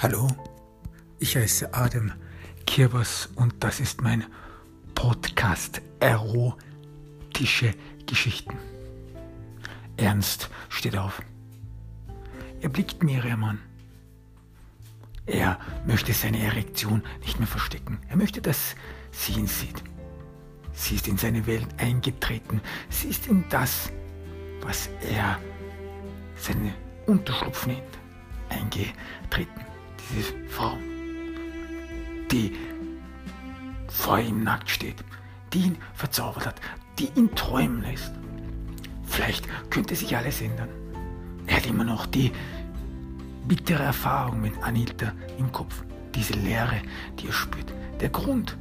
Hallo, ich heiße Adam Kirbas und das ist mein Podcast Erotische Geschichten. Ernst steht auf. Er blickt Miriam an. Er möchte seine Erektion nicht mehr verstecken. Er möchte, dass sie ihn sieht. Sie ist in seine Welt eingetreten. Sie ist in das, was er seinen Unterschlupf nennt, eingetreten. Diese Frau, die vor ihm nackt steht, die ihn verzaubert hat, die ihn träumen lässt. Vielleicht könnte sich alles ändern. Er hat immer noch die bittere Erfahrung mit Anita im Kopf, diese Leere, die er spürt. Der Grund,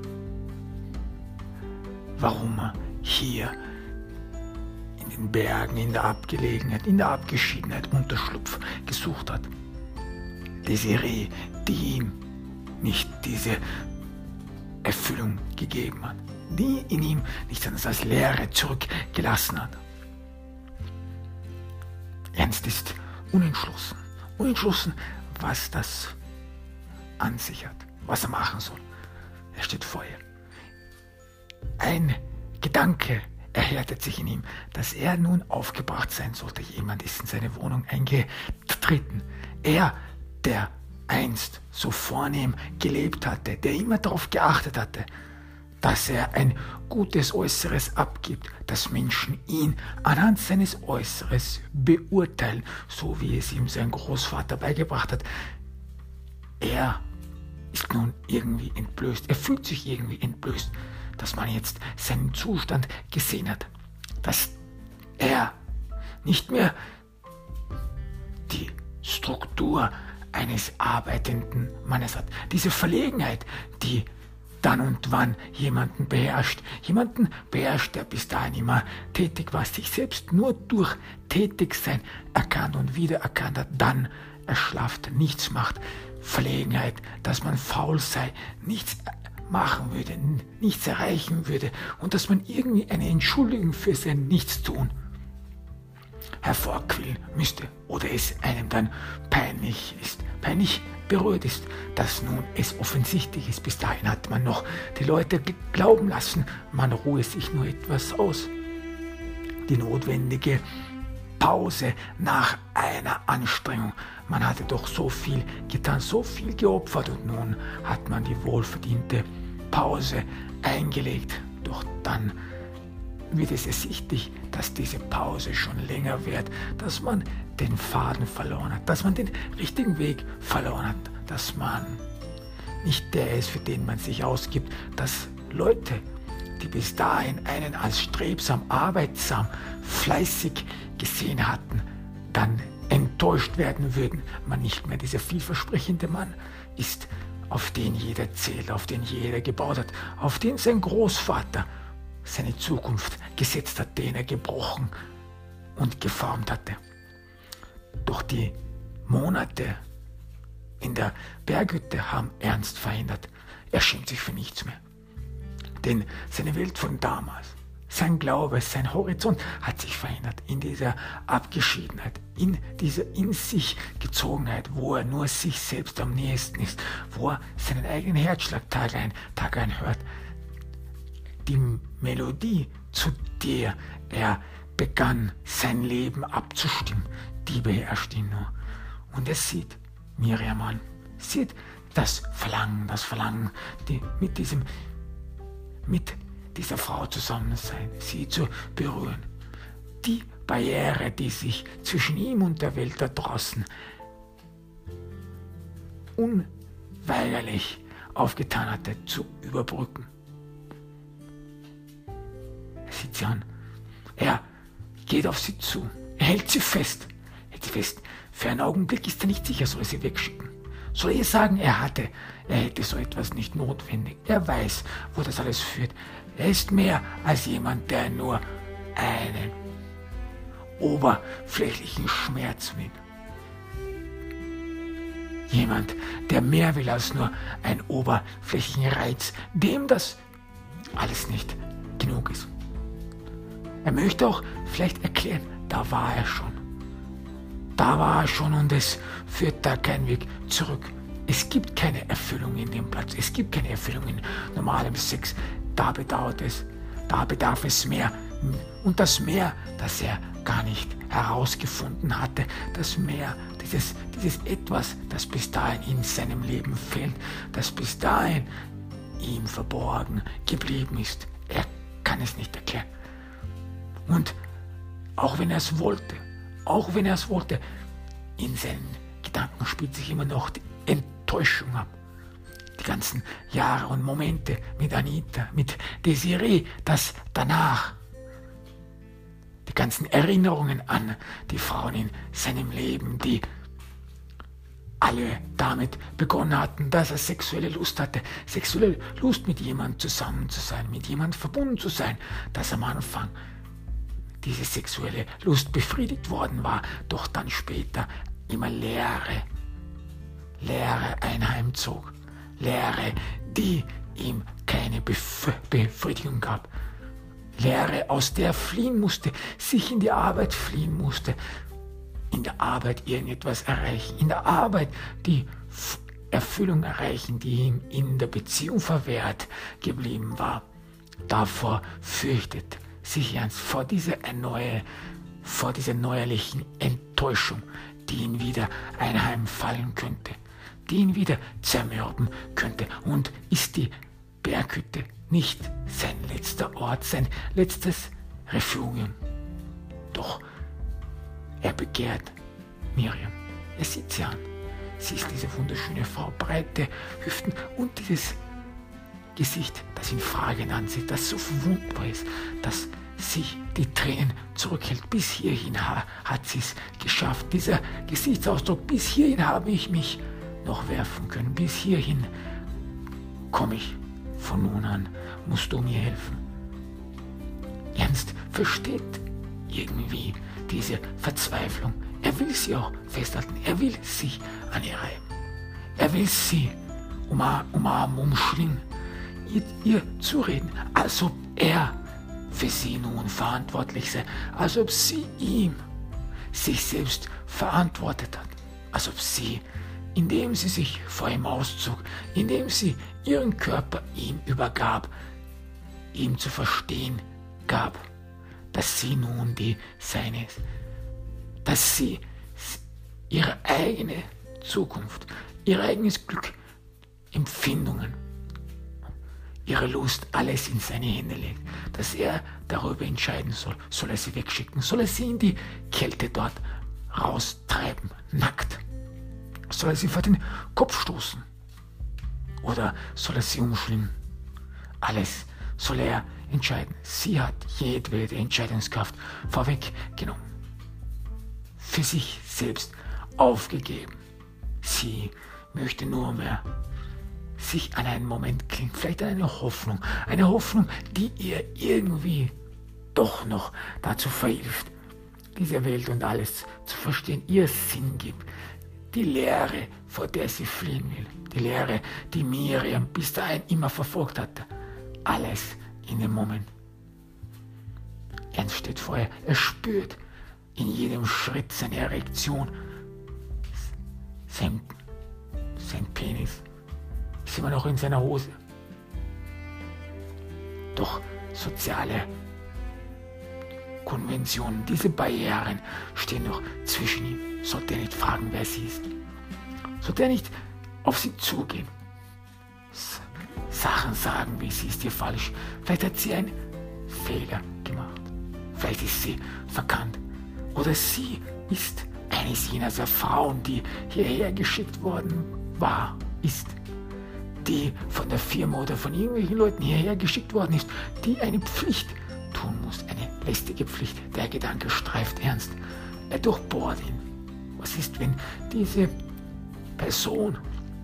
warum er hier in den Bergen, in der Abgelegenheit, in der Abgeschiedenheit Unterschlupf gesucht hat. Desiree, die ihm nicht diese Erfüllung gegeben hat, die in ihm nichts anderes als Leere zurückgelassen hat. Ernst ist unentschlossen, was das an sich hat, was er machen soll. Er steht vor ihr. Ein Gedanke erhärtet sich in ihm, dass er nun aufgebracht sein sollte. Jemand ist in seine Wohnung eingetreten. Er, der einst so vornehm gelebt hatte, der immer darauf geachtet hatte, dass er ein gutes Äußeres abgibt, dass Menschen ihn anhand seines Äußeres beurteilen, so wie es ihm sein Großvater beigebracht hat. Er ist nun irgendwie entblößt, er fühlt sich irgendwie entblößt, dass man jetzt seinen Zustand gesehen hat, dass er nicht mehr die Struktur eines arbeitenden Mannes hat. Diese Verlegenheit, die dann und wann jemanden beherrscht, der bis dahin immer tätig war, sich selbst nur durch Tätigsein erkannt und wiedererkannt hat, dann erschlafft, nichts macht, Verlegenheit, dass man faul sei, nichts machen würde, nichts erreichen würde und dass man irgendwie eine Entschuldigung für sein Nichtstun hervorquillen müsste oder es einem dann peinlich berührt ist, dass nun es offensichtlich ist. Bis dahin hat man noch die Leute glauben lassen, man ruhe sich nur etwas aus. Die notwendige Pause nach einer Anstrengung. Man hatte doch so viel getan, so viel geopfert und nun hat man die wohlverdiente Pause eingelegt. Doch dann wird es ersichtlich, dass diese Pause schon länger währt, dass man den Faden verloren hat, dass man den richtigen Weg verloren hat, dass man nicht der ist, für den man sich ausgibt, dass Leute, die bis dahin einen als strebsam, arbeitsam, fleißig gesehen hatten, dann enttäuscht werden würden, man nicht mehr dieser vielversprechende Mann ist, auf den jeder zählt, auf den jeder gebaut hat, auf den sein Großvater seine Zukunft gesetzt hat, den er gebrochen und geformt hatte. Doch die Monate in der Berghütte haben Ernst verhindert. Er schämt sich für nichts mehr. Denn seine Welt von damals, sein Glaube, sein Horizont hat sich verändert in dieser Abgeschiedenheit, in dieser in sich Gezogenheit, wo er nur sich selbst am nächsten ist, wo er seinen eigenen Herzschlag Tag ein hört. Die Melodie, zu der er begann, sein Leben abzustimmen, die beherrscht ihn nur. Und er sieht Miriam an, sieht das Verlangen, mit dieser Frau zusammen sein, sie zu berühren. Die Barriere, die sich zwischen ihm und der Welt da draußen unweigerlich aufgetan hatte, zu überbrücken. Er sieht sie an. Er geht auf sie zu. Er hält sie fest. Für einen Augenblick ist er nicht sicher, soll er sie wegschicken. Soll er ihr sagen, er hätte so etwas nicht notwendig. Er weiß, wo das alles führt. Er ist mehr als jemand, der nur einen oberflächlichen Schmerz will. Jemand, der mehr will als nur einen oberflächlichen Reiz, dem das alles nicht genug ist. Er möchte auch vielleicht erklären, da war er schon. Da war er schon und es führt da kein Weg zurück. Es gibt keine Erfüllung in dem Platz. Es gibt keine Erfüllung in normalem Sex. Da bedarf es mehr. Und das Mehr, das er gar nicht herausgefunden hatte, das Mehr, dieses Etwas, das bis dahin in seinem Leben fehlt, das bis dahin ihm verborgen geblieben ist. Er kann es nicht erklären. Und auch wenn er es wollte, in seinen Gedanken spielt sich immer noch die Enttäuschung ab. Die ganzen Jahre und Momente mit Anita, mit Desiree, das danach, die ganzen Erinnerungen an die Frauen in seinem Leben, die alle damit begonnen hatten, dass er sexuelle Lust hatte, sexuelle Lust mit jemandem zusammen zu sein, mit jemandem verbunden zu sein, dass am Anfang diese sexuelle Lust befriedigt worden war, doch dann später immer Leere einheimzog. Leere, die ihm keine Befriedigung gab. Leere, aus der er fliehen musste, sich in die Arbeit fliehen musste, in der Arbeit irgendetwas erreichen, in der Arbeit die Erfüllung erreichen, die ihm in der Beziehung verwehrt geblieben war. Davor fürchtet sich ernst, vor dieser neuerlichen Enttäuschung, die ihn wieder einheimfallen könnte, die ihn wieder zermürben könnte. Und ist die Berghütte nicht sein letzter Ort, sein letztes Refugium? Doch er begehrt Miriam. Er sieht sie an. Sie ist diese wunderschöne Frau, breite Hüften und dieses Gesicht, das ihn fragend ansieht, das so verwundbar ist, dass sich die Tränen zurückhält. Bis hierhin hat sie es geschafft. Dieser Gesichtsausdruck, bis hierhin habe ich mich noch werfen können. Bis hierhin komme ich. Von nun an musst du mir helfen. Ernst versteht irgendwie diese Verzweiflung. Er will sie auch festhalten. Er will sich an ihr reiben. Er will sie umarmen, umschlingen, ihr zureden, als ob er für sie nun verantwortlich sei, als ob sie ihm sich selbst verantwortet hat, als ob sie, indem sie sich vor ihm auszog, indem sie ihren Körper ihm übergab, ihm zu verstehen gab, dass sie nun die seine ist, dass sie ihre eigene Zukunft, ihr eigenes Glück, Empfindungen, ihre Lust, alles in seine Hände legt, dass er darüber entscheiden soll. Soll er sie wegschicken? Soll er sie in die Kälte dort raustreiben, nackt? Soll er sie vor den Kopf stoßen? Oder soll er sie umschlingen? Alles soll er entscheiden. Sie hat jedwede Entscheidungskraft vorweggenommen, für sich selbst aufgegeben. Sie möchte nur mehr sich an einen Moment klingen, vielleicht an eine Hoffnung, die ihr irgendwie doch noch dazu verhilft, diese Welt und alles zu verstehen, ihr Sinn gibt. Die Leere, vor der sie fliehen will, die Leere, die Miriam bis dahin immer verfolgt hatte, alles in dem Moment. Ernst steht vor ihr, er spürt in jedem Schritt seine Erektion, sein Penis ist immer noch in seiner Hose. Doch soziale Konventionen, diese Barrieren stehen noch zwischen ihm. Sollte er nicht fragen, wer sie ist? Sollte er nicht auf sie zugehen? Sachen sagen, wie sie ist hier falsch. Vielleicht hat sie einen Fehler gemacht. Vielleicht ist sie verkannt. Oder sie ist eines jener Frauen, die hierher geschickt worden ist, die von der Firma oder von irgendwelchen Leuten hierher geschickt worden ist, die eine Pflicht tun muss, eine lästige Pflicht. Der Gedanke streift Ernst. Er durchbohrt ihn. Was ist, wenn diese Person,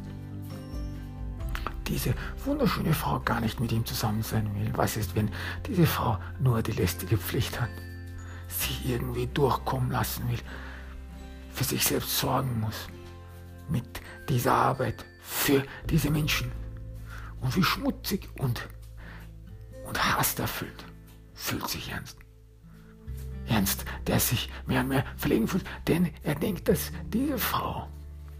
diese wunderschöne Frau gar nicht mit ihm zusammen sein will? Was ist, wenn diese Frau nur die lästige Pflicht hat, sie irgendwie durchkommen lassen will, für sich selbst sorgen muss, mit dieser Arbeit für diese Menschen? Und wie schmutzig und hasserfüllt fühlt sich Ernst. Ernst, der sich mehr und mehr verlegen fühlt, denn er denkt, dass diese Frau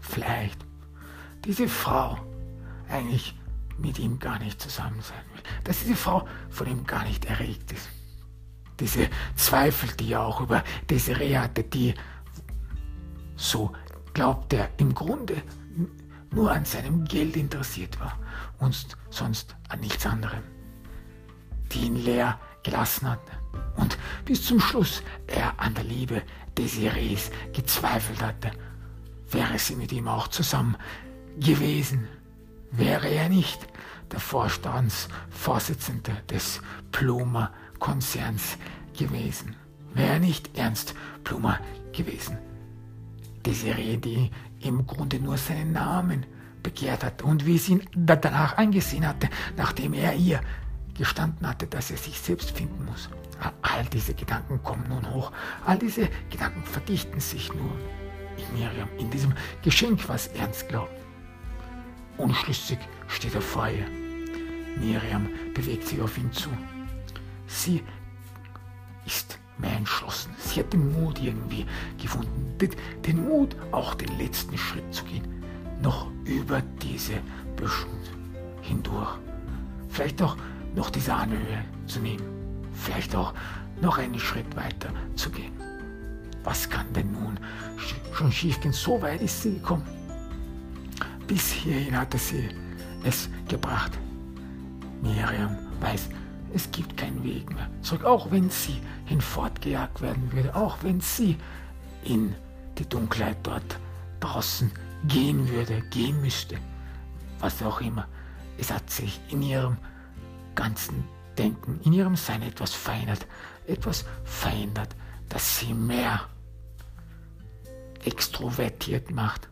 eigentlich mit ihm gar nicht zusammen sein will, dass diese Frau von ihm gar nicht erregt ist. Diese Zweifel, die er auch über Desiree hatte, die, so glaubt er, im Grunde nur an seinem Geld interessiert war und sonst an nichts anderem, die ihn leer gelassen hatte und bis zum Schluss er an der Liebe Desirees gezweifelt hatte. Wäre sie mit ihm auch zusammen gewesen, wäre er nicht der Vorstandsvorsitzende des Plumer-Konzerns gewesen, wäre er nicht Ernst Plumer gewesen. Desiree, die im Grunde nur seinen Namen begehrt hatte und wie sie ihn danach angesehen hatte, nachdem er ihr gestanden hatte, dass er sich selbst finden muss. All diese Gedanken kommen nun hoch, all diese Gedanken verdichten sich nun in Miriam, in diesem Geschenk, was Ernst glaubt. Unschlüssig steht er vor ihr. Miriam bewegt sich auf ihn zu. Sie ist mehr entschlossen. Sie hat den Mut irgendwie gefunden. Den Mut, auch den letzten Schritt zu gehen. Noch über diese Büschel hindurch. Vielleicht auch noch diese Anhöhe zu nehmen. Vielleicht auch noch einen Schritt weiter zu gehen. Was kann denn nun schon schiefgehen? So weit ist sie gekommen. Bis hierhin hatte sie es gebracht. Miriam weiß, es gibt keinen Weg mehr zurück, auch wenn sie hinfortgejagt werden würde, auch wenn sie in die Dunkelheit dort draußen gehen würde, gehen müsste, was auch immer. Es hat sich in ihrem ganzen Denken, in ihrem Sein etwas verändert, das sie mehr extrovertiert macht.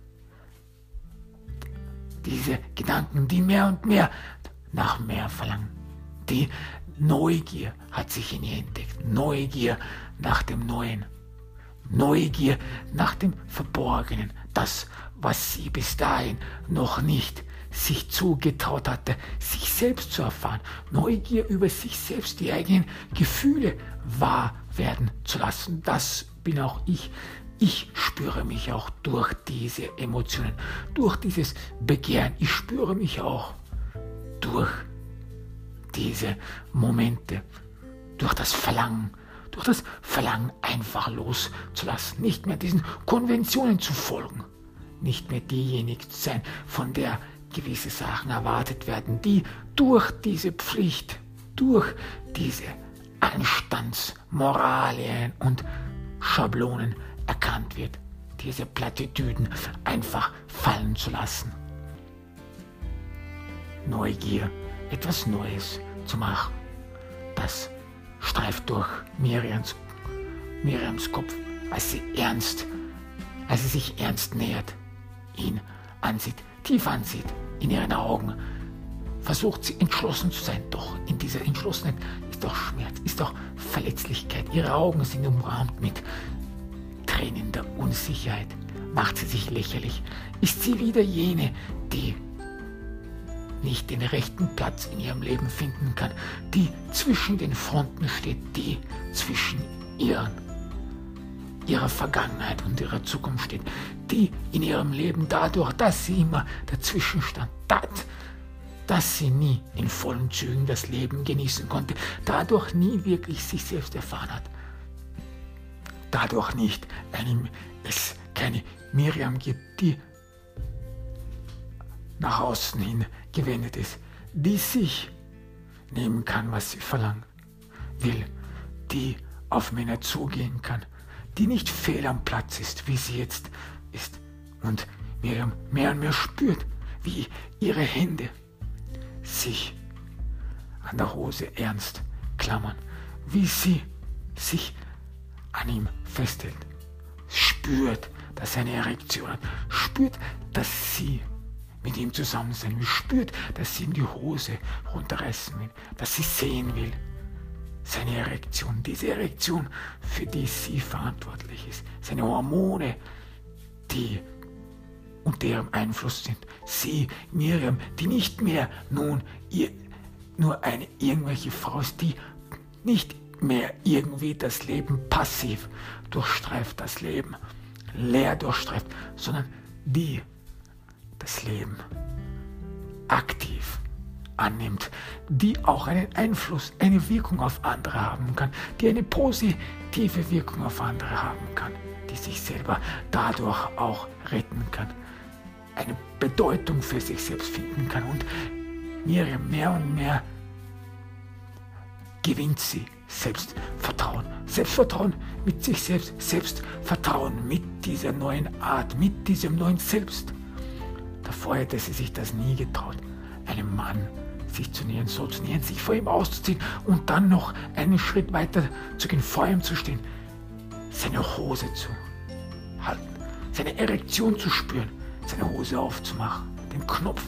Diese Gedanken, die mehr und mehr nach mehr verlangen. Die Neugier hat sich in ihr entdeckt. Neugier nach dem Neuen. Neugier nach dem Verborgenen. Das, was sie bis dahin noch nicht sich zugetraut hatte, sich selbst zu erfahren. Neugier über sich selbst, die eigenen Gefühle wahr werden zu lassen. Das bin auch ich. Ich spüre mich auch durch diese Emotionen, durch dieses Begehren. Ich spüre mich auch durch diese Momente, durch das Verlangen einfach loszulassen, nicht mehr diesen Konventionen zu folgen, nicht mehr diejenige zu sein, von der gewisse Sachen erwartet werden, die durch diese Pflicht, durch diese Anstandsmoralien und Schablonen erkannt wird, diese Plattitüden einfach fallen zu lassen. Neugier, etwas Neues zu machen, das streift durch Miriams Kopf, als sie sich ernst nähert, ihn ansieht, tief ansieht, in ihren Augen, versucht sie entschlossen zu sein, doch in dieser Entschlossenheit ist doch Schmerz, ist doch Verletzlichkeit. Ihre Augen sind umrahmt mit Tränen der Unsicherheit. Macht sie sich lächerlich? Ist sie wieder jene, die nicht den rechten Platz in ihrem Leben finden kann, die zwischen den Fronten steht, die zwischen ihrer Vergangenheit und ihrer Zukunft steht, die in ihrem Leben dadurch, dass sie immer dazwischen stand, dass sie nie in vollen Zügen das Leben genießen konnte, dadurch nie wirklich sich selbst erfahren hat, dadurch es keine Miriam gibt, die nach außen hin gewendet ist, die sich nehmen kann, was sie verlangt, will, die auf Männer zugehen kann, die nicht fehl am Platz ist, wie sie jetzt ist. Und Miriam mehr und mehr spürt, wie ihre Hände sich an der Hose ernst klammern, wie sie sich an ihm festhält, spürt, dass er eine Erektion hat, spürt, dass sie mit ihm zusammen sein will, spürt, dass sie ihm die Hose runterreißen will, dass sie sehen will. Seine Erektion, diese Erektion, für die sie verantwortlich ist, seine Hormone, die unter ihrem Einfluss sind. Sie, Miriam, die nicht mehr nun nur eine irgendwelche Frau ist, die nicht mehr irgendwie das Leben passiv durchstreift, das Leben leer durchstreift, sondern die das Leben aktiv annimmt, die auch einen Einfluss, eine Wirkung auf andere haben kann, die eine positive Wirkung auf andere haben kann, die sich selber dadurch auch retten kann, eine Bedeutung für sich selbst finden kann und mehr und mehr gewinnt sie Selbstvertrauen. Selbstvertrauen mit sich selbst, Selbstvertrauen mit dieser neuen Art, mit diesem neuen Selbst. Davor hätte sie sich das nie getraut, einem Mann sich zu nähern, so zu nähern, sich vor ihm auszuziehen und dann noch einen Schritt weiter zu gehen, vor ihm zu stehen, seine Hose zu halten, seine Erektion zu spüren, seine Hose aufzumachen, den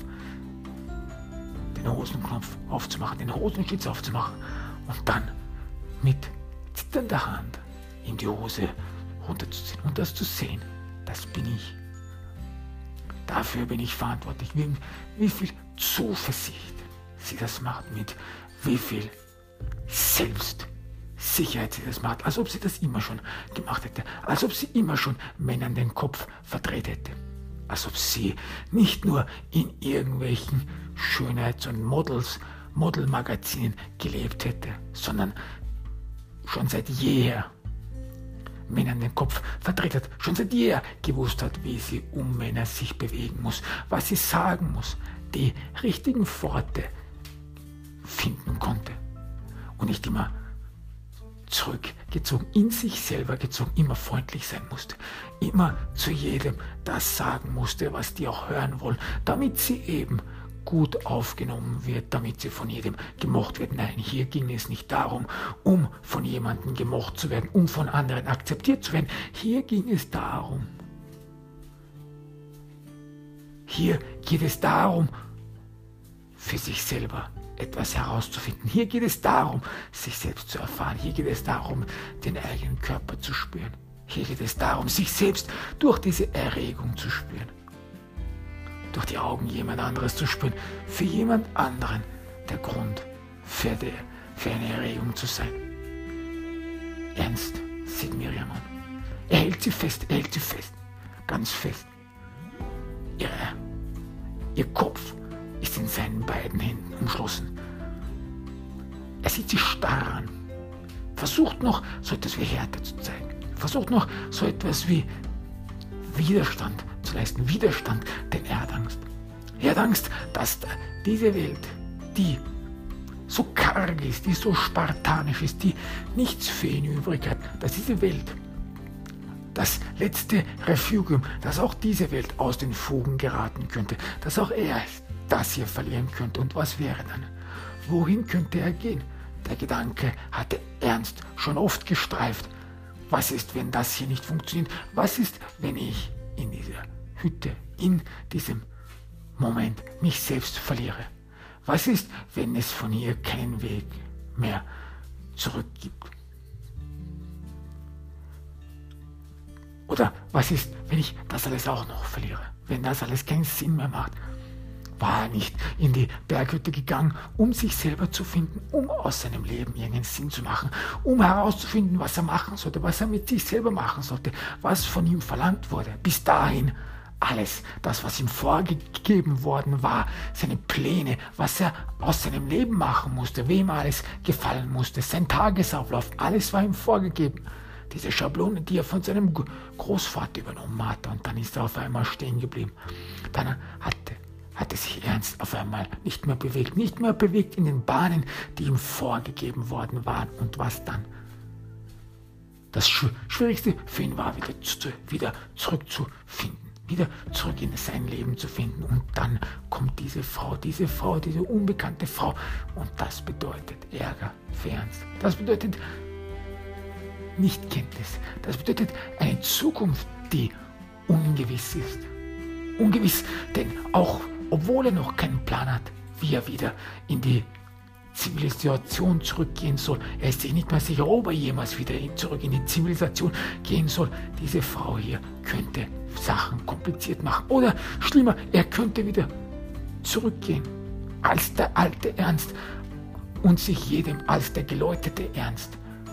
Hosenknopf aufzumachen, den Hosenschlitz aufzumachen und dann mit zitternder Hand in die Hose runterzuziehen und das zu sehen, das bin ich. Dafür bin ich verantwortlich. Wie viel Zuversicht sie das macht, mit wie viel Selbstsicherheit sie das macht, als ob sie das immer schon gemacht hätte, als ob sie immer schon Männern den Kopf verdreht hätte, als ob sie nicht nur in irgendwelchen Schönheits- und Modelmagazinen gelebt hätte, sondern schon seit jeher Männern den Kopf verdreht hat, schon seit jeher gewusst hat, wie sie um Männer sich bewegen muss, was sie sagen muss, die richtigen Worte finden konnte und nicht immer zurückgezogen, in sich selber gezogen, immer freundlich sein musste, immer zu jedem das sagen musste, was die auch hören wollen, damit sie eben gut aufgenommen wird, damit sie von jedem gemocht wird. Nein, hier ging es nicht darum, um von jemandem gemocht zu werden, um von anderen akzeptiert zu werden. Hier ging es darum, für sich selber etwas herauszufinden. Hier geht es darum, sich selbst zu erfahren. Hier geht es darum, den eigenen Körper zu spüren. Hier geht es darum, sich selbst durch diese Erregung zu spüren. Durch die Augen jemand anderes zu spüren. Für jemand anderen der Grund für eine Erregung zu sein. Ernst sieht Miriam an. Er hält sie fest, ganz fest. Ihr Kopf ist in seinen beiden Händen umschlossen. Er sieht sie starr an. Versucht noch so etwas wie Härte zu zeigen. Versucht noch so etwas wie Widerstand zu leisten. Widerstand, denn er hat Angst. Er hat Angst, dass diese Welt, die so karg ist, die so spartanisch ist, die nichts für ihn übrig hat, dass diese Welt, das letzte Refugium, dass auch diese Welt aus den Fugen geraten könnte, dass auch er das hier verlieren könnte. Und was wäre dann? Wohin könnte er gehen? Der Gedanke hatte Ernst schon oft gestreift. Was ist, wenn das hier nicht funktioniert? Was ist, wenn ich in dieser Hütte, in diesem Moment mich selbst verliere? Was ist, wenn es von hier keinen Weg mehr zurück gibt? Oder was ist, wenn ich das alles auch noch verliere? Wenn das alles keinen Sinn mehr macht? War er nicht in die Berghütte gegangen, um sich selber zu finden, um aus seinem Leben irgendeinen Sinn zu machen, um herauszufinden, was er machen sollte, was er mit sich selber machen sollte, was von ihm verlangt wurde. Bis dahin alles, das, was ihm vorgegeben worden war, seine Pläne, was er aus seinem Leben machen musste, wem alles gefallen musste, sein Tagesablauf, alles war ihm vorgegeben. Diese Schablone, die er von seinem Großvater übernommen hatte, und dann ist er auf einmal stehen geblieben. Dann hatte sich Ernst auf einmal nicht mehr bewegt in den Bahnen, die ihm vorgegeben worden waren. Und was dann? Das Schwierigste für ihn war, wieder zurückzufinden, wieder zurück in sein Leben zu finden. Und dann kommt diese unbekannte Frau. Und das bedeutet Ärger für Ernst. Das bedeutet Nichtkenntnis. Das bedeutet eine Zukunft, die ungewiss ist. Ungewiss, denn auch obwohl er noch keinen Plan hat, wie er wieder in die Zivilisation zurückgehen soll. Er ist sich nicht mehr sicher, ob er jemals wieder zurück in die Zivilisation gehen soll. Diese Frau hier könnte Sachen kompliziert machen. Oder schlimmer, er könnte wieder zurückgehen als der alte Ernst und sich jedem als der geläuterte Ernst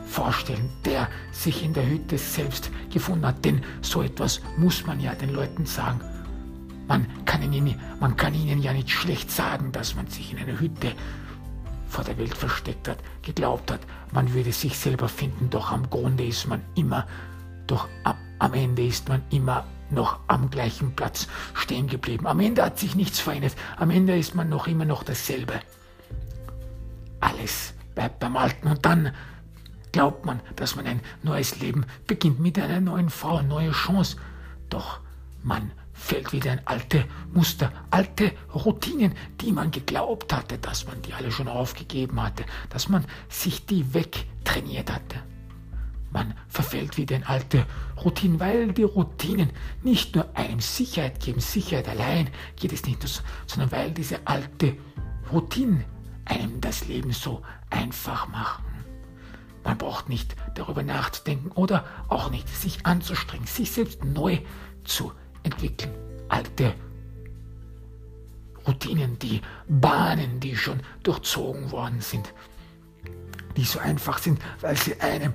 vorstellen, der sich in der Hütte selbst gefunden hat. Denn so etwas muss man ja den Leuten sagen. Man kann ihnen ja nicht schlecht sagen, dass man sich in einer Hütte vor der Welt versteckt hat, geglaubt hat, man würde sich selber finden, doch am Grunde ist man immer, am Ende ist man immer noch am gleichen Platz stehen geblieben. Am Ende hat sich nichts verändert, am Ende ist man immer noch dasselbe. Alles bleibt beim Alten und dann glaubt man, dass man ein neues Leben beginnt mit einer neuen Frau, eine neue Chance. Doch man fällt wieder in alte Muster, alte Routinen, die man geglaubt hatte, dass man die alle schon aufgegeben hatte, dass man sich die wegtrainiert hatte. Man verfällt wieder in alte Routinen, weil die Routinen nicht nur einem Sicherheit geben, Sicherheit allein geht es nicht, sondern weil diese alte Routinen einem das Leben so einfach machen. Man braucht nicht darüber nachzudenken oder auch nicht sich anzustrengen, sich selbst neu zu entwickeln. Alte Routinen, die Bahnen, die schon durchzogen worden sind, die so einfach sind, weil sie einem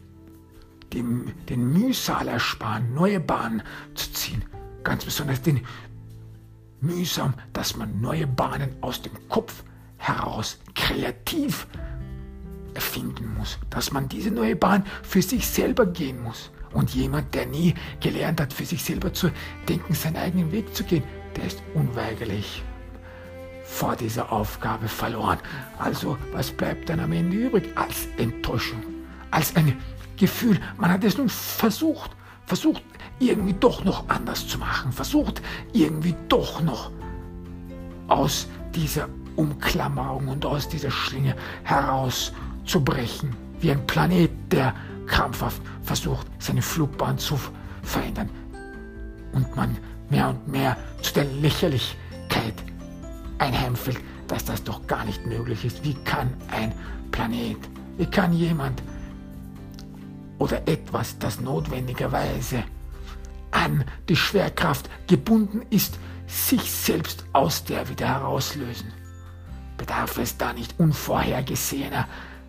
den Mühsal ersparen, neue Bahnen zu ziehen. Ganz besonders den Mühsam, dass man neue Bahnen aus dem Kopf heraus kreativ erfinden muss, dass man diese neue Bahn für sich selber gehen muss. Und jemand, der nie gelernt hat, für sich selber zu denken, seinen eigenen Weg zu gehen, der ist unweigerlich vor dieser Aufgabe verloren. Also, was bleibt dann am Ende übrig? Als Enttäuschung, als ein Gefühl, man hat es nun versucht irgendwie doch noch anders zu machen, versucht irgendwie doch noch aus dieser Umklammerung und aus dieser Schlinge herauszubrechen, wie ein Planet, der krampfhaft versucht, seine Flugbahn zu verändern und man mehr und mehr zu der Lächerlichkeit einheimfällt, dass das doch gar nicht möglich ist. Wie kann ein Planet, wie kann jemand oder etwas, das notwendigerweise an die Schwerkraft gebunden ist, sich selbst aus der wieder herauslösen? Bedarf es da nicht unvorhergesehener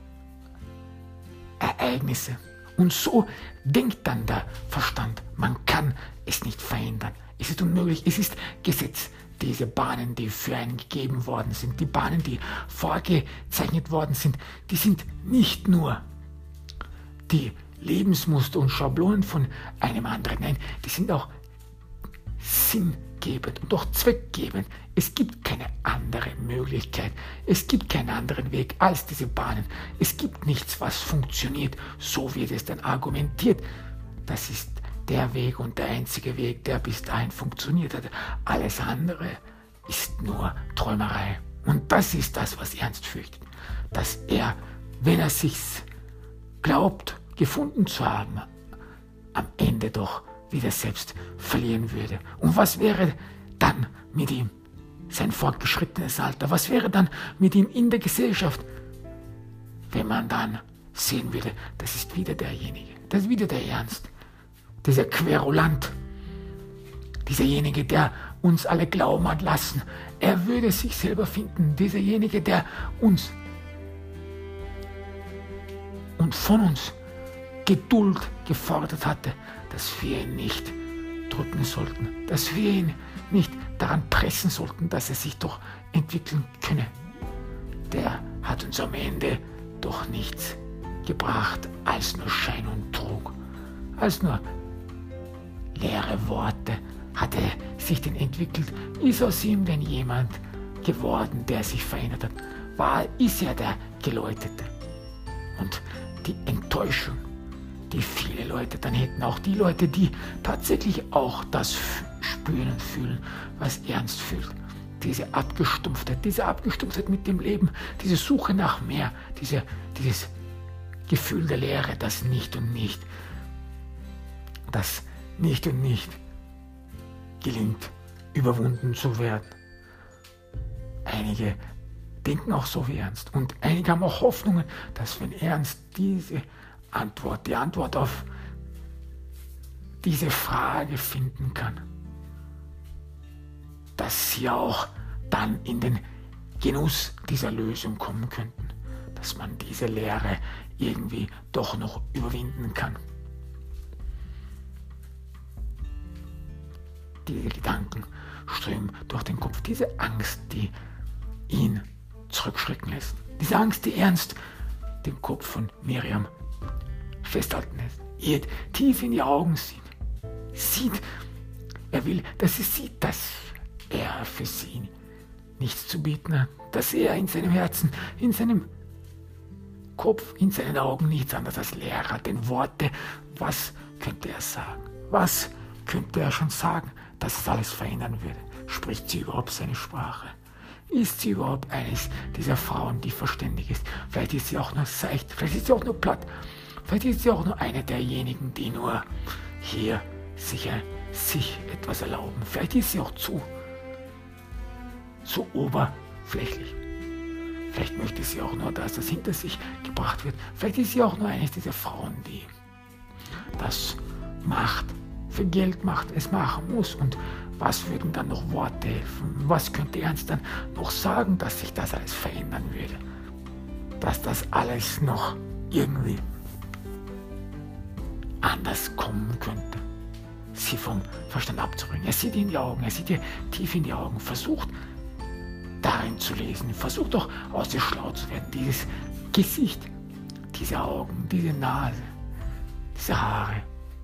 Ereignisse? Und so denkt dann der Verstand, man kann es nicht verhindern. Es ist unmöglich, es ist Gesetz. Diese Bahnen, die für einen gegeben worden sind, die Bahnen, die vorgezeichnet worden sind, die sind nicht nur die Lebensmuster und Schablonen von einem anderen, nein, die sind auch sinngebend und auch zweckgebend. Es gibt keine andere Möglichkeit, es gibt keinen anderen Weg als diese Bahnen. Es gibt nichts, was funktioniert, so wird es dann argumentiert. Das ist der Weg und der einzige Weg, der bis dahin funktioniert hat. Alles andere ist nur Träumerei. Und das ist das, was Ernst fürchtet, dass er, wenn er sich's glaubt, gefunden zu haben, am Ende doch wieder selbst verlieren würde. Und was wäre dann mit ihm? Sein fortgeschrittenes Alter. Was wäre dann mit ihm in der Gesellschaft, wenn man dann sehen würde, das ist wieder derjenige, das ist wieder der Ernst, dieser Querulant, dieserjenige, der uns alle glauben hat lassen, er würde sich selber finden, dieserjenige, der uns und von uns Geduld gefordert hatte, dass wir ihn nicht drücken sollten, dass wir ihn nicht daran pressen sollten, dass er sich doch entwickeln könne. Der hat uns am Ende doch nichts gebracht als nur Schein und Trug, als nur leere Worte. Hat er sich denn entwickelt? Ist aus ihm denn jemand geworden, der sich verändert hat? Ist er der Geläutete? Und die Enttäuschung, die viele Leute dann hätten, auch die Leute, die tatsächlich auch das spüren und fühlen, was Ernst fühlt. Diese Abgestumpftheit mit dem Leben, diese Suche nach mehr, dieses Gefühl der Leere, das nicht und nicht gelingt, überwunden zu werden. Einige denken auch so wie Ernst und einige haben auch Hoffnungen, dass wenn Ernst die Antwort auf diese Frage finden kann, dass sie auch dann in den Genuss dieser Lösung kommen könnten, dass man diese Leere irgendwie doch noch überwinden kann. Diese Gedanken strömen durch den Kopf, diese Angst, die ihn zurückschrecken lässt. Diese Angst, die ernst den Kopf von Miriam festhalten lässt. Ihr tief in die Augen sieht. Er will, dass sie sieht, dass er für sie nichts zu bieten hat. Dass er in seinem Herzen, in seinem Kopf, in seinen Augen nichts anderes als Leere hat. Denn Worte, was könnte er sagen? Was könnte er schon sagen, dass es alles verändern würde? Spricht sie überhaupt seine Sprache? Ist sie überhaupt eines dieser Frauen, die verständig ist? Vielleicht ist sie auch nur seicht, vielleicht ist sie auch nur platt, vielleicht ist sie auch nur eine derjenigen, die nur hier sich etwas erlauben. Vielleicht ist sie auch zu oberflächlich. Vielleicht möchte sie auch nur, dass das hinter sich gebracht wird. Vielleicht ist sie auch nur eines dieser Frauen, die das macht, für Geld macht, es machen muss. Und was würden dann noch Worte helfen? Was könnte Ernst dann noch sagen, dass sich das alles verändern würde? Dass das alles noch irgendwie anders kommen könnte? Sie vom Verstand abzubringen. Er sieht ihr in die Augen, er sieht ihr tief in die Augen, versucht darin zu lesen, versucht doch aus ihr schlau zu werden. Dieses Gesicht, diese Augen, diese Nase, diese Haare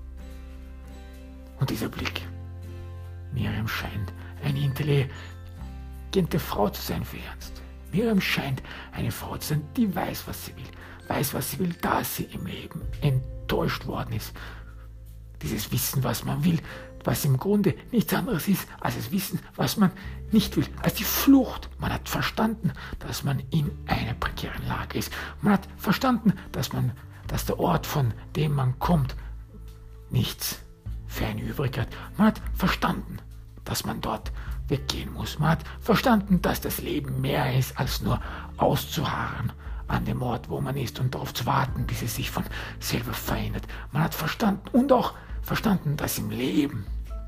und dieser Blick. Miriam scheint eine intelligente Frau zu sein für Ernst. Miriam scheint eine Frau zu sein, die weiß, was sie will, da sie im Leben enttäuscht worden ist. Dieses Wissen, was man will, was im Grunde nichts anderes ist, als das Wissen, was man nicht will, als die Flucht. Man hat verstanden, dass man in einer prekären Lage ist. Man hat verstanden, dass der Ort, von dem man kommt, nichts für einen übrig hat. Man hat verstanden, dass man dort weggehen muss. Man hat verstanden, dass das Leben mehr ist, als nur auszuharren an dem Ort, wo man ist und darauf zu warten, bis es sich von selber verändert. Man hat verstanden und auch verstanden, dass im Leben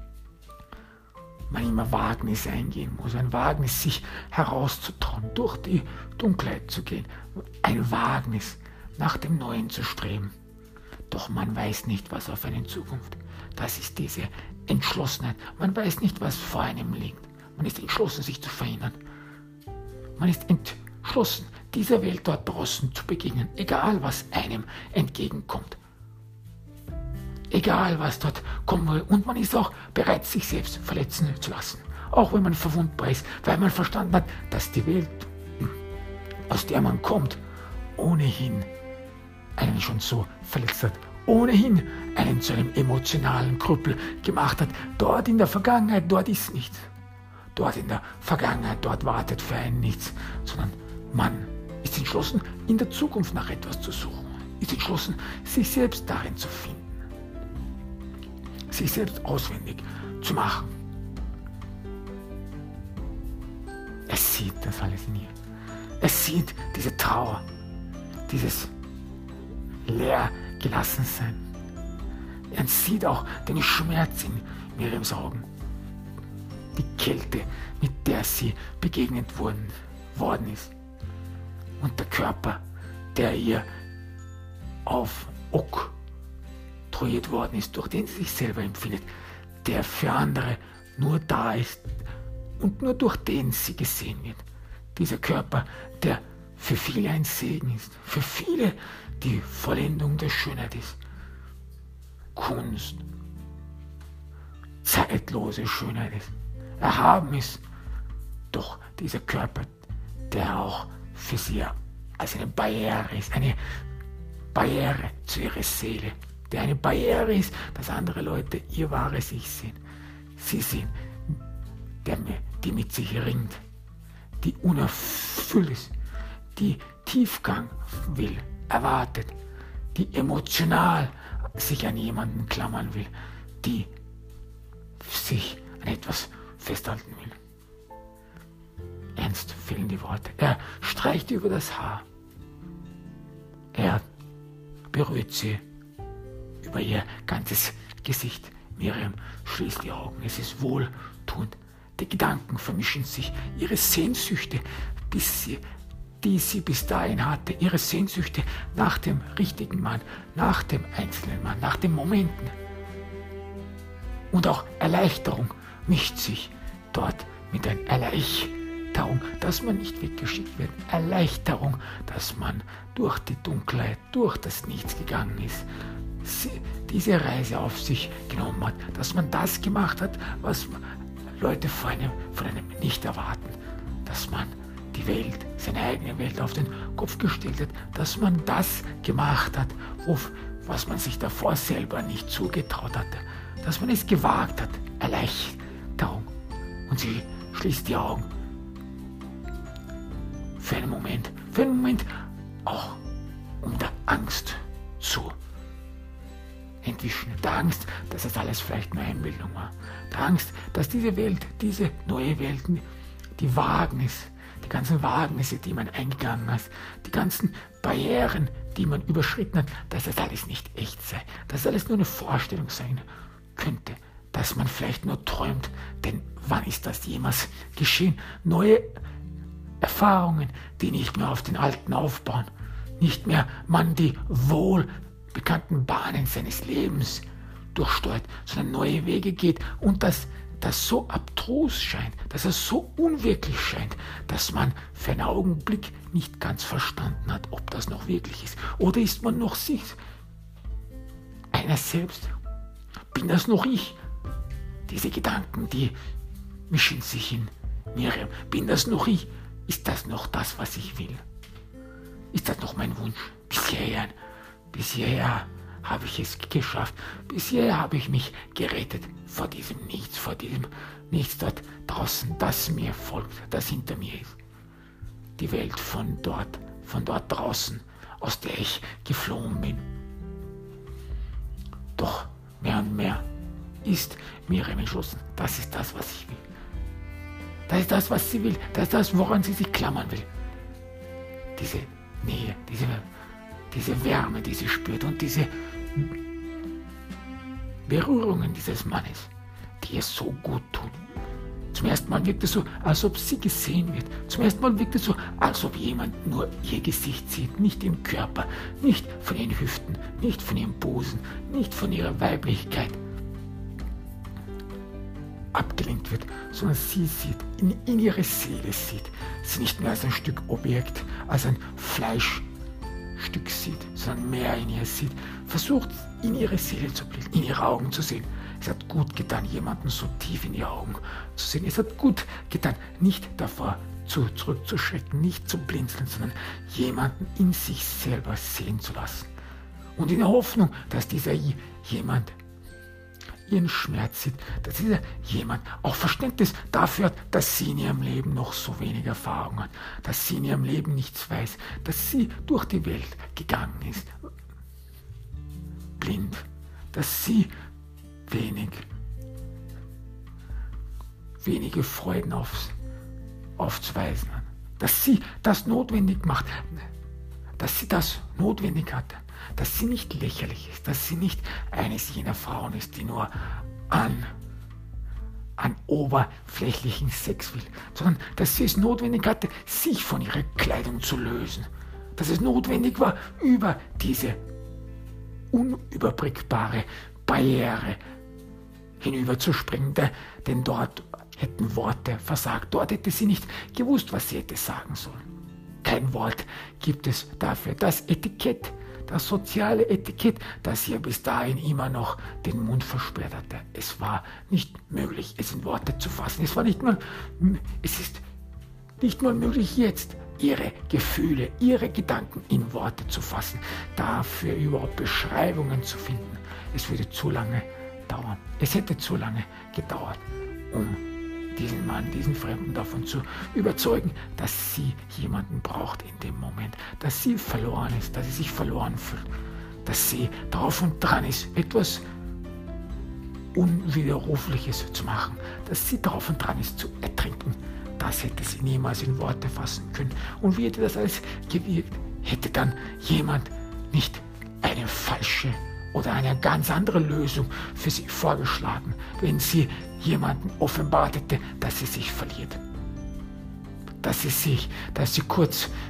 man immer Wagnis eingehen muss. Ein Wagnis, sich herauszutrauen, durch die Dunkelheit zu gehen. Ein Wagnis, nach dem Neuen zu streben. Doch man weiß nicht, was auf einen Zukunft. Das ist diese Entschlossenheit. Man weiß nicht, was vor einem liegt. Man ist entschlossen, sich zu verändern. Man ist entschlossen, dieser Welt dort draußen zu begegnen, egal was einem entgegenkommt. Egal was dort kommen will. Und man ist auch bereit, sich selbst verletzen zu lassen. Auch wenn man verwundbar ist, weil man verstanden hat, dass die Welt, aus der man kommt, ohnehin einen schon so verletzt hat, ohnehin einen zu einem emotionalen Krüppel gemacht hat. Dort in der Vergangenheit, dort ist nichts. Dort in der Vergangenheit, dort wartet für einen nichts, sondern man ist entschlossen, in der Zukunft nach etwas zu suchen, ist entschlossen, sich selbst darin zu finden, sich selbst auswendig zu machen. Er sieht das alles in ihr. Er sieht diese Trauer, dieses Leergelassensein. Er sieht auch den Schmerz in Miriams Augen, die Kälte, mit der sie begegnet worden ist. Und der Körper, der ihr aufoktroyiert worden ist, durch den sie sich selber empfindet, der für andere nur da ist und nur durch den sie gesehen wird. Dieser Körper, der für viele ein Segen ist, für viele die Vollendung der Schönheit ist. Kunst, zeitlose Schönheit ist, erhaben ist. Doch dieser Körper, der auch für sie als eine Barriere ist, eine Barriere zu ihrer Seele, der eine Barriere ist, dass andere Leute ihr wahres Ich sehen. Sie sehen, die mit sich ringt, die unerfüllt ist, die Tiefgang will, erwartet, die emotional sich an jemanden klammern will, die sich an etwas festhalten will. Ernst fehlen die Worte. Er streicht über das Haar. Er berührt sie über ihr ganzes Gesicht. Miriam schließt die Augen. Es ist wohltuend. Die Gedanken vermischen sich, ihre Sehnsüchte, bis sie die sie bis dahin hatte, ihre Sehnsüchte nach dem richtigen Mann, nach dem einzelnen Mann, nach den Momenten. Und auch Erleichterung mischt sich dort mit einer Erleichterung, dass man nicht weggeschickt wird. Erleichterung, dass man durch die Dunkelheit, durch das Nichts gegangen ist. Diese Reise auf sich genommen hat, dass man das gemacht hat, was Leute von einem nicht erwarten. Dass man die Welt, seine eigene Welt auf den Kopf gestellt hat, dass man das gemacht hat, was man sich davor selber nicht zugetraut hatte. Dass man es gewagt hat. Erleichterung. Und sie schließt die Augen. Für einen Moment auch um der Angst zu entwischen. Der Angst, dass das alles vielleicht nur Einbildung war. Der Angst, dass diese Welt, diese neue Welt, die ganzen Wagnisse, die man eingegangen ist, die ganzen Barrieren, die man überschritten hat, dass das alles nicht echt sei, dass das alles nur eine Vorstellung sein könnte, dass man vielleicht nur träumt, denn wann ist das jemals geschehen? Neue Erfahrungen, die nicht mehr auf den alten aufbauen, nicht mehr man die wohlbekannten Bahnen seines Lebens durchsteuert, sondern neue Wege geht und das so abstrus scheint, dass es so unwirklich scheint, dass man für einen Augenblick nicht ganz verstanden hat, ob das noch wirklich ist. Oder ist man noch sich, einer selbst? Bin das noch ich? Diese Gedanken, die mischen sich in Miriam. Bin das noch ich? Ist das noch das, was ich will? Ist das noch mein Wunsch? Bis hierher habe ich es geschafft. Bis hierher habe ich mich gerettet vor diesem Nichts dort draußen, das mir folgt, das hinter mir ist. Die Welt von dort draußen, aus der ich geflohen bin. Doch mehr und mehr ist Miriam entschlossen. Das ist das, was ich will. Das ist das, was sie will. Das ist das, woran sie sich klammern will. Diese Nähe, diese Wärme, die sie spürt und diese Berührungen dieses Mannes, die ihr so gut tun. Zum ersten Mal wirkt es so, als ob sie gesehen wird. Zum ersten Mal wirkt es so, als ob jemand nur ihr Gesicht sieht, nicht ihren Körper, nicht von ihren Hüften, nicht von ihrem Busen, nicht von ihrer Weiblichkeit abgelenkt wird, sondern sie sieht, in ihre Seele sieht, sie nicht mehr als ein Stück Objekt, als ein Fleischstück sieht, sondern mehr in ihr sieht, versucht in ihre Seele zu blicken, in ihre Augen zu sehen. Es hat gut getan, jemanden so tief in die Augen zu sehen. Es hat gut getan, nicht davor zurückzuschrecken, nicht zu blinzeln, sondern jemanden in sich selber sehen zu lassen. Und in der Hoffnung, dass dieser jemand ihren Schmerz sieht, dass dieser jemand auch Verständnis dafür hat, dass sie in ihrem Leben noch so wenig Erfahrung hat, dass sie in ihrem Leben nichts weiß, dass sie durch die Welt gegangen ist, blind, dass sie wenige Freuden aufzuweisen hat, dass sie das notwendig macht, dass sie das notwendig hatte, dass sie nicht lächerlich ist, dass sie nicht eines jener Frauen ist, die nur an oberflächlichen Sex will, sondern dass sie es notwendig hatte, sich von ihrer Kleidung zu lösen, dass es notwendig war, über diese unüberbrückbare Barriere hinüberzuspringen, denn dort hätten Worte versagt, dort hätte sie nicht gewusst, was sie hätte sagen sollen. Kein Wort gibt es dafür. Das Etikett, das soziale Etikett, das ihr bis dahin immer noch den Mund versperrt hatte. Es war nicht möglich, es in Worte zu fassen. Es ist nicht mal möglich jetzt, ihre Gefühle, ihre Gedanken in Worte zu fassen. Dafür überhaupt Beschreibungen zu finden. Es würde zu lange dauern. Es hätte zu lange gedauert, um diesen Mann, diesen Fremden davon zu überzeugen, dass sie jemanden braucht in dem Moment, dass sie verloren ist, dass sie sich verloren fühlt, dass sie drauf und dran ist, etwas Unwiderrufliches zu machen, dass sie drauf und dran ist, zu ertrinken. Das hätte sie niemals in Worte fassen können. Und wie hätte das alles gewirkt? Hätte dann jemand nicht eine falsche oder eine ganz andere Lösung für sie vorgeschlagen, wenn sie jemanden offenbart hätte, dass sie sich verliert. Dass sie kurz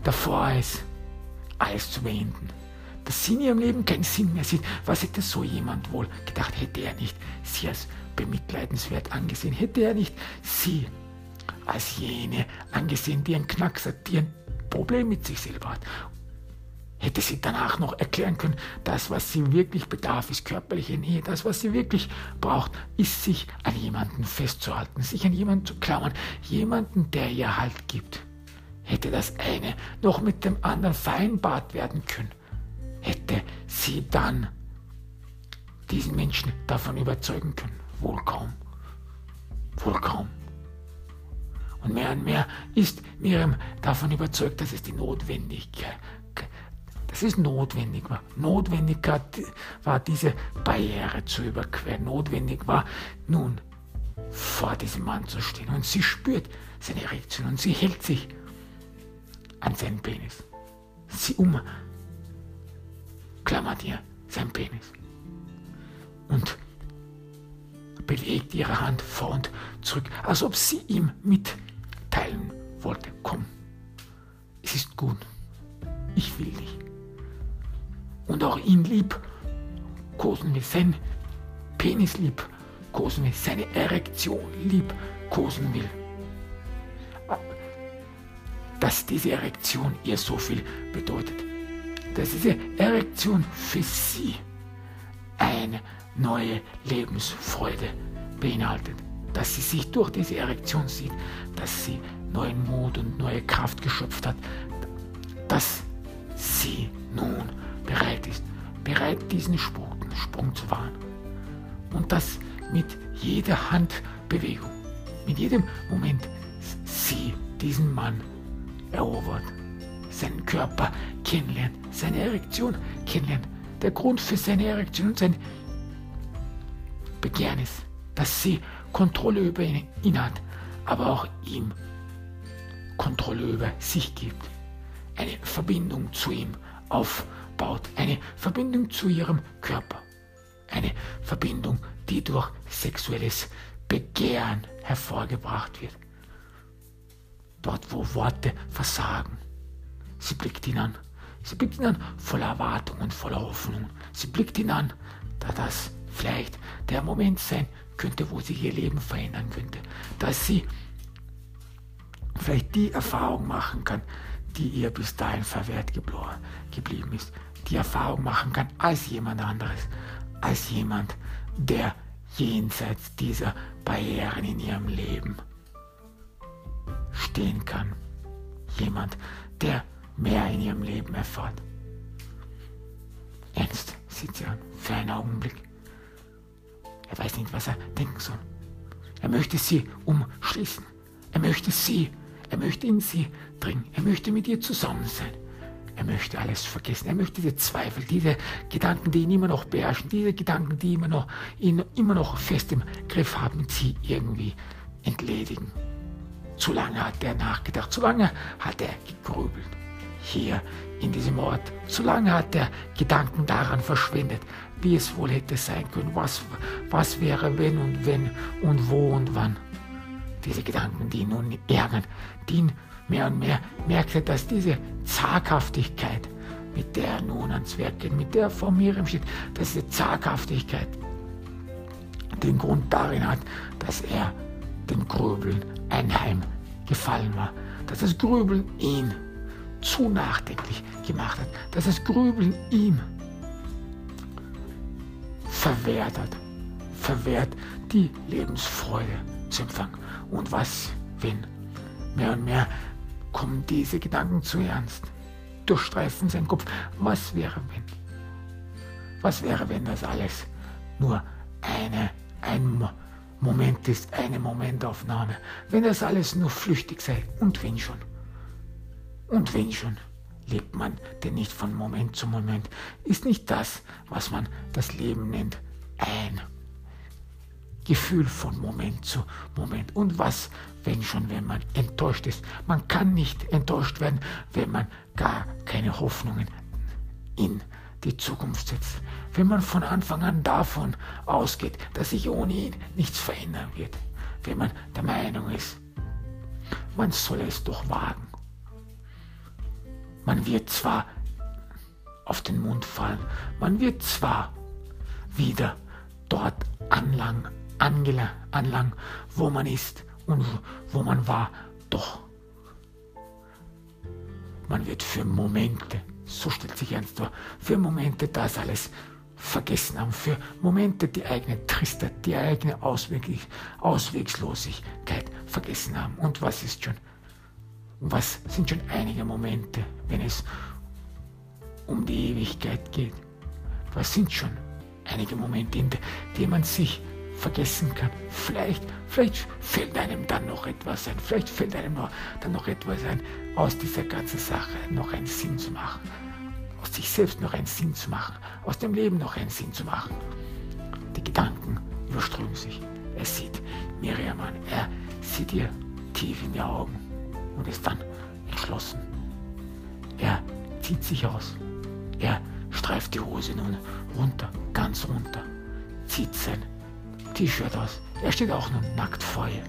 davor ist, alles zu beenden. Dass sie in ihrem Leben keinen Sinn mehr sieht. Was hätte so jemand wohl gedacht? Hätte er nicht sie als bemitleidenswert angesehen? Hätte er nicht sie als jene angesehen, die einen Knacks hat, die ein Problem mit sich selber hat? Hätte sie danach noch erklären können, das, was sie wirklich bedarf, ist körperliche Nähe. Das, was sie wirklich braucht, ist, sich an jemanden festzuhalten, sich an jemanden zu klammern. Jemanden, der ihr Halt gibt. Hätte das eine noch mit dem anderen vereinbart werden können? Hätte sie dann diesen Menschen davon überzeugen können? Wohl kaum. Wohl kaum. Und mehr ist Miriam davon überzeugt, dass es die Notwendigkeit, dass es notwendig war. Notwendig war, diese Barriere zu überqueren. Notwendig war, nun vor diesem Mann zu stehen. Und sie spürt seine Erektion und sie hält sich an seinen Penis. Sie umklammert ihr seinen Penis und bewegt ihre Hand vor und zurück, als ob sie ihm mitteilen wollte: Komm, es ist gut, ich will dich. Und auch ihn liebkosen will, sein Penis liebkosen will, seine Erektion liebkosen will. Dass diese Erektion ihr so viel bedeutet. Dass diese Erektion für sie eine neue Lebensfreude beinhaltet. Dass sie sich durch diese Erektion sieht, dass sie neuen Mut und neue Kraft geschöpft hat, dass sie nun bereit diesen Sprung zu wagen. Und dass mit jeder Handbewegung, mit jedem Moment sie diesen Mann erobert, seinen Körper kennenlernt, seine Erektion kennenlernt. Der Grund für seine Erektion und sein Begehren ist, dass sie Kontrolle über ihn hat, aber auch ihm Kontrolle über sich gibt. Eine Verbindung zu ihm aufbaut, eine Verbindung zu ihrem Körper. Eine Verbindung, die durch sexuelles Begehren hervorgebracht wird. Dort, wo Worte versagen. Sie blickt ihn an. Sie blickt ihn an voller Erwartung und voller Hoffnung. Sie blickt ihn an, da das vielleicht der Moment sein könnte, wo sich ihr Leben verändern könnte. Dass sie vielleicht die Erfahrung machen kann, die ihr bis dahin verwehrt geblieben ist. Die Erfahrung machen kann als jemand anderes. Als jemand, der jenseits dieser Barrieren in ihrem Leben stehen kann. Jemand, der mehr in ihrem Leben erfährt. Ernst sieht sie an, für einen Augenblick. Er weiß nicht, was er denken soll. Er möchte sie umschließen. Er möchte in sie dringen. Er möchte mit ihr zusammen sein. Er möchte alles vergessen. Er möchte diese Zweifel, diese Gedanken, die ihn immer noch beherrschen, diese Gedanken, die ihn immer noch fest im Griff haben, sie irgendwie entledigen. Zu lange hat er nachgedacht, zu lange hat er gegrübelt. Hier in diesem Ort, zu lange hat er Gedanken daran verschwendet, wie es wohl hätte sein können, was wäre, wenn und wo und wann. Diese Gedanken, die ihn nun ärgern, die ihn mehr und mehr merkte, dass diese Zaghaftigkeit, mit der er nun ans Werk geht, mit der er vor Miriam steht, dass diese Zaghaftigkeit den Grund darin hat, dass er dem Grübeln einheimgefallen war, dass das Grübeln ihn zu nachdenklich gemacht hat, dass das Grübeln ihm verwehrt die Lebensfreude zu empfangen. Und was, wenn? Mehr und mehr kommen diese Gedanken zu ernst, durchstreifen seinen Kopf. Was wäre, wenn? Was wäre, wenn das alles nur ein Moment ist, eine Momentaufnahme? Wenn das alles nur flüchtig sei? Und wenn schon? Und wenn schon? Lebt man denn nicht von Moment zu Moment? Ist nicht das, was man das Leben nennt, ein Gefühl von Moment zu Moment? Und was, wenn schon, wenn man enttäuscht ist? Man kann nicht enttäuscht werden, wenn man gar keine Hoffnungen in die Zukunft setzt. Wenn man von Anfang an davon ausgeht, dass sich ohne ihn nichts verändern wird. Wenn man der Meinung ist, man soll es doch wagen. Man wird zwar auf den Mund fallen, man wird zwar wieder dort anlangen, wo man ist und wo man war, doch man wird für Momente, so stellt sich ernst vor, für Momente das alles vergessen haben, für Momente die eigene Tristheit, die eigene Auswegslosigkeit vergessen haben. Und was sind schon einige Momente, wenn es um die Ewigkeit geht? Was sind schon einige Momente, in denen man sich vergessen kann? Vielleicht fällt einem dann noch etwas ein, vielleicht fällt einem dann noch etwas ein, aus dieser ganzen Sache noch einen Sinn zu machen, aus sich selbst noch einen Sinn zu machen, aus dem Leben noch einen Sinn zu machen. Die Gedanken überströmen sich. Er sieht Miriam an, er sieht ihr tief in die Augen und ist dann entschlossen. Er zieht sich aus. Er streift die Hose nun runter, ganz runter, zieht sein T-Shirt aus. Er steht auch nun nackt vor ihr.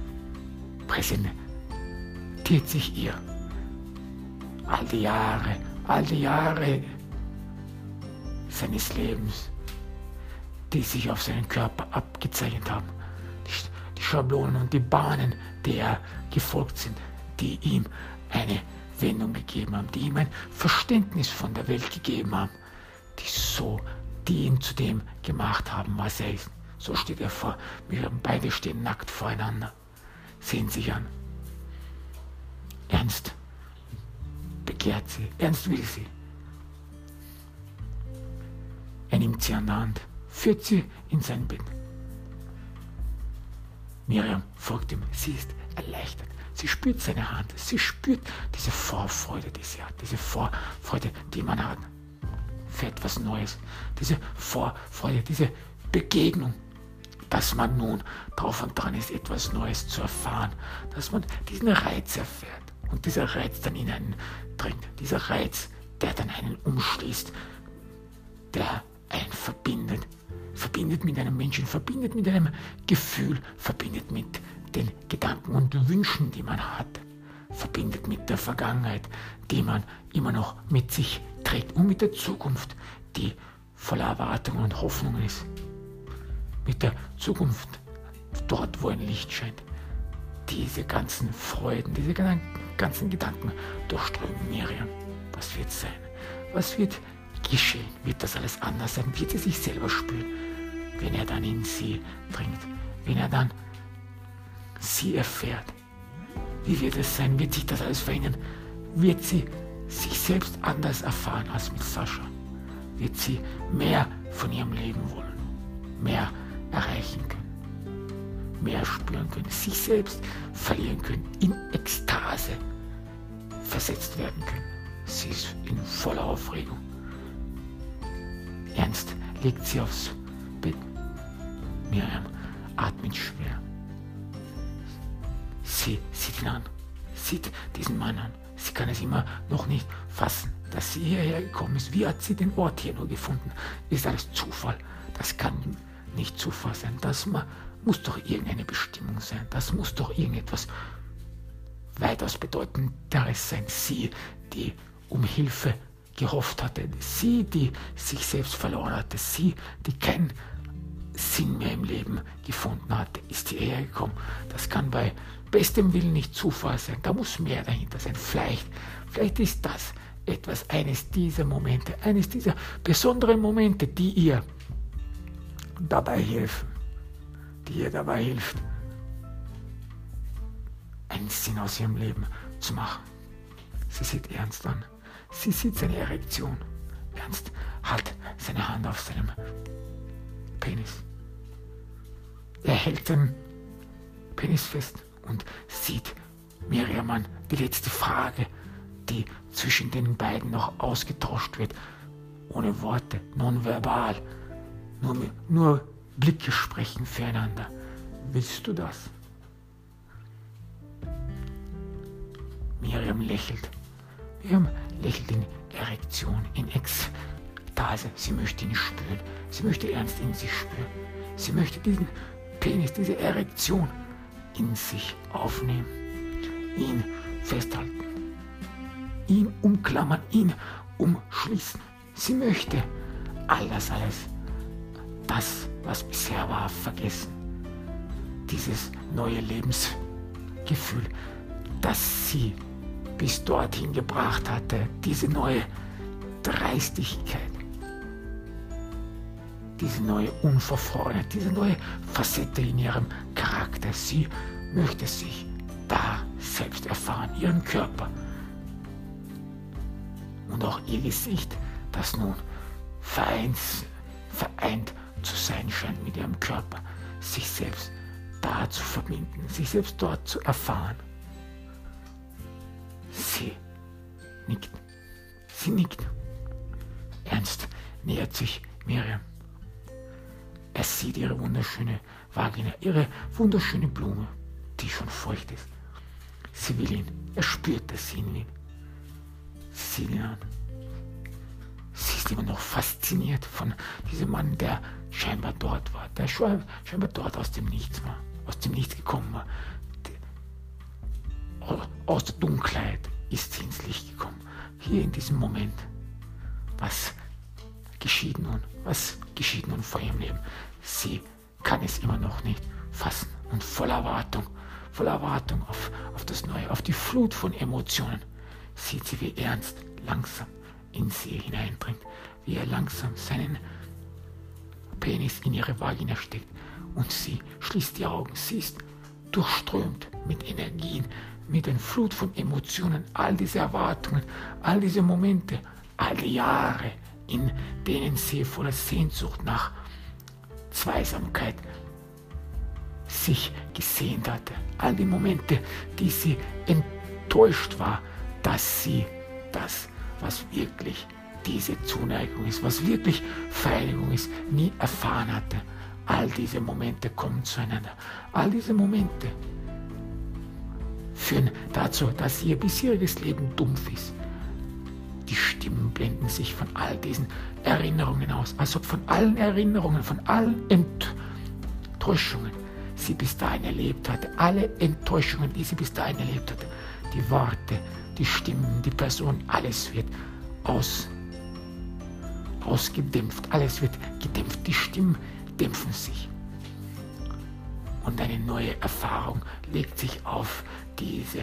Präsentiert sich ihr. All die Jahre seines Lebens, die sich auf seinen Körper abgezeichnet haben. Die Schablonen und die Bahnen, der gefolgt sind, die ihm eine Wendung gegeben haben, die ihm ein Verständnis von der Welt gegeben haben, die ihn zu dem gemacht haben, was er ist. So steht er vor mir, beide stehen nackt voreinander, sehen sich an. Ernst begehrt sie, Ernst will sie. Er nimmt sie an der Hand, führt sie in sein Bett. Miriam folgt ihm, sie ist erleichtert. Sie spürt seine Hand, sie spürt diese Vorfreude, die sie hat, diese Vorfreude, die man hat für etwas Neues, diese Vorfreude, diese Begegnung, dass man nun drauf und dran ist, etwas Neues zu erfahren, dass man diesen Reiz erfährt und dieser Reiz dann in einen dringt, dieser Reiz, der dann einen umschließt, der einen verbindet mit einem Menschen, verbindet mit einem Gefühl, verbindet mit den Gedanken und Wünschen, die man hat, verbindet mit der Vergangenheit, die man immer noch mit sich trägt und mit der Zukunft, die voller Erwartungen und Hoffnungen ist. Mit der Zukunft, dort wo ein Licht scheint. Diese ganzen Freuden, diese ganzen Gedanken durchströmen Miriam. Was wird sein? Was wird geschehen? Wird das alles anders sein? Wird sie sich selber spüren, wenn er dann in sie dringt? Wenn er dann sie erfährt? Wie wird es sein? Wird sich das alles verändern? Wird sie sich selbst anders erfahren als mit Sascha? Wird sie mehr von ihrem Leben wollen? Mehr erreichen können? Mehr spüren können? Sich selbst verlieren können? In Ekstase versetzt werden können? Sie ist in voller Aufregung. Ernst legt sie aufs Bett. Miriam atmet schwer. Sie sieht ihn an, sieht diesen Mann an. Sie kann es immer noch nicht fassen, dass sie hierher gekommen ist. Wie hat sie den Ort hier nur gefunden? Ist alles Zufall? Das kann nicht Zufall sein. Das muss doch irgendeine Bestimmung sein. Das muss doch irgendetwas weitaus Bedeutenderes sein. Sie, die um Hilfe gehofft hatte. Sie, die sich selbst verloren hatte. Sie, die keinen Sinn mehr im Leben gefunden hatte, ist hierher gekommen. Das kann bei bestem Willen nicht Zufall sein. Da muss mehr dahinter sein. Vielleicht ist das etwas, eines dieser Momente, eines dieser besonderen Momente, die ihr dabei hilft, einen Sinn aus ihrem Leben zu machen. Sie sieht Ernst an. Sie sieht seine Erektion. Ernst hat seine Hand auf seinem Penis. Er hält den Penis fest und sieht Miriam an. Die letzte Frage, die zwischen den beiden noch ausgetauscht wird. Ohne Worte, nonverbal. Nur Blicke sprechen füreinander. Willst du das? Miriam lächelt. Miriam lächelt in Erektion, in Ekstase. Sie möchte ihn spüren. Sie möchte Ernst in sich spüren. Sie möchte diesen Penis, diese Erektion in sich aufnehmen, ihn festhalten. ihn umklammern, ihn umschließen. Sie möchte alles, das, was bisher war, vergessen. Dieses neue Lebensgefühl, das sie bis dorthin gebracht hatte, diese neue Dreistigkeit, diese neue Unverfrorenheit, diese neue Facette in ihrem Charakter. Sie möchte sich da selbst erfahren, ihren Körper und auch ihr Gesicht, das nun vereint zu sein scheint mit ihrem Körper, sich selbst da zu verbinden, sich selbst dort zu erfahren. Sie nickt. Ernst nähert sich Miriam. Er sieht ihre wunderschöne Vagina, ihre wunderschöne Blume, die schon feucht ist. Sie will ihn, er spürt, dass sie ihn will. Sie sieht ihn an. Sie ist immer noch fasziniert von diesem Mann, der scheinbar dort war, der scheinbar dort aus dem Nichts war, aus dem Nichts gekommen war. Aus der Dunkelheit ist sie ins Licht gekommen. Hier in diesem Moment. Was geschieht nun? Was geschieht nun vor ihrem Leben? Sie kann es immer noch nicht fassen und voller Erwartung auf das Neue, auf die Flut von Emotionen, sieht sie, wie Ernst langsam in sie hineindringt, wie er langsam seinen Penis in ihre Vagina steckt und sie schließt die Augen. Sie ist durchströmt mit Energien, mit einer Flut von Emotionen, all diese Erwartungen, all diese Momente, all die Jahre, in denen sie voller Sehnsucht nach Zweisamkeit sich gesehnt hatte. All die Momente, die sie enttäuscht war, dass sie das, was wirklich diese Zuneigung ist, was wirklich Vereinigung ist, nie erfahren hatte. All diese Momente kommen zueinander. All diese Momente führen dazu, dass ihr bisheriges Leben dumpf ist. Die Stimmen blenden sich von all diesen Erinnerungen aus, als ob von allen Erinnerungen, von allen Enttäuschungen sie bis dahin erlebt hatte, alle Enttäuschungen, die sie bis dahin erlebt hatte, die Worte, die Stimmen, die Person, alles wird ausgedämpft, alles wird gedämpft, die Stimmen dämpfen sich. Und eine neue Erfahrung legt sich auf diese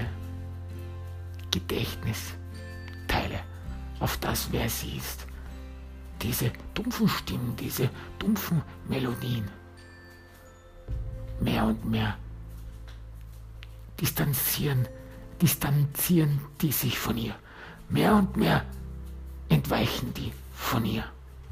Gedächtnisteile, auf das, wer sie ist. Diese dumpfen Stimmen, diese dumpfen Melodien. Mehr und mehr distanzieren die sich von ihr. Mehr und mehr entweichen die von ihr.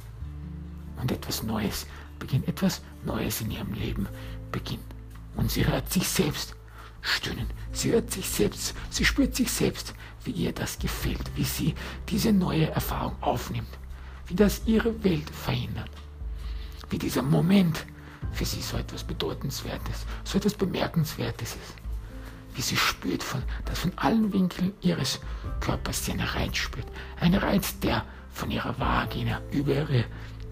Und etwas Neues beginnt, etwas Neues in ihrem Leben beginnt. Und sie hört sich selbst stöhnen. Sie hört sich selbst, sie spürt sich selbst, wie ihr das gefällt, wie sie diese neue Erfahrung aufnimmt, wie das ihre Welt verändert, wie dieser Moment für sie so etwas Bedeutenswertes, so etwas Bemerkenswertes ist, wie sie spürt, dass von allen Winkeln ihres Körpers sie einen Reiz spürt, ein Reiz, der von ihrer Vagina über ihre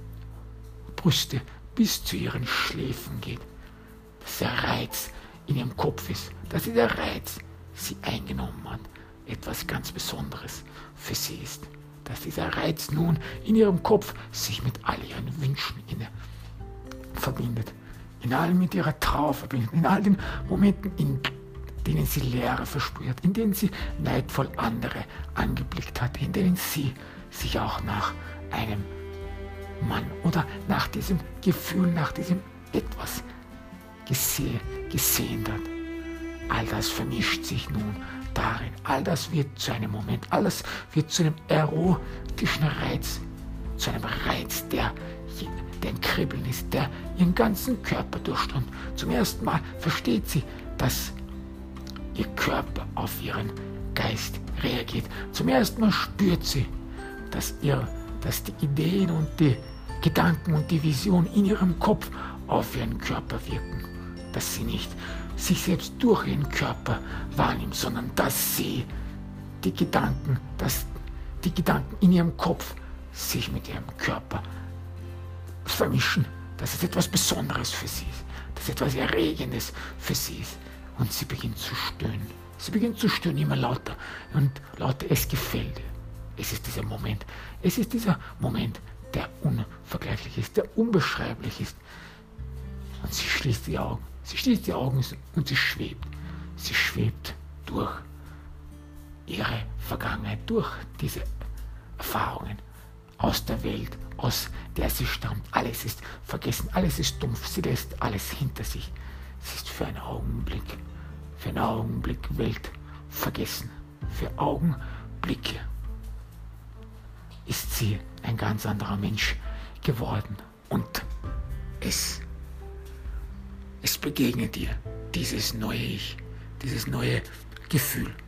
Brüste bis zu ihren Schläfen geht, dass der Reiz in ihrem Kopf ist, dass dieser Reiz sie eingenommen hat, etwas ganz Besonderes für sie ist, dass dieser Reiz nun in ihrem Kopf sich mit all ihren Wünschen verbindet, in allem mit ihrer Trauer verbindet, in all den Momenten, in denen sie Leere verspürt, in denen sie neidvoll andere angeblickt hat, in denen sie sich auch nach einem Mann oder nach diesem Gefühl, nach diesem etwas gesehnt hat. All das vermischt sich nun darin. All das wird zu einem Moment, alles wird zu einem erotischen Reiz, zu einem Reiz, der ein Kribbeln ist, der ihren ganzen Körper durchströmt. Zum ersten Mal versteht sie, dass ihr Körper auf ihren Geist reagiert. Zum ersten Mal spürt sie, dass die Ideen und die Gedanken und die Vision in ihrem Kopf auf ihren Körper wirken. Dass sie nicht sich selbst durch ihren Körper wahrnimmt, sondern dass sie die Gedanken in ihrem Kopf sich mit ihrem Körper vermischen, dass es etwas Besonderes für sie ist, dass es etwas Erregendes für sie ist. Und sie beginnt zu stöhnen. Sie beginnt zu stöhnen, immer lauter und lauter. Es gefällt ihr. Es ist dieser Moment. Es ist dieser Moment, der unvergleichlich ist, der unbeschreiblich ist. Und sie schließt die Augen. Sie schließt die Augen und sie schwebt. Sie schwebt durch ihre Vergangenheit, durch diese Erfahrungen aus der Welt, aus der sie stammt. Alles ist vergessen, alles ist dumpf. Sie lässt alles hinter sich. Sie ist für einen Augenblick Welt vergessen. Für Augenblicke ist sie ein ganz anderer Mensch geworden. Und es begegnet ihr dieses neue Ich, dieses neue Gefühl.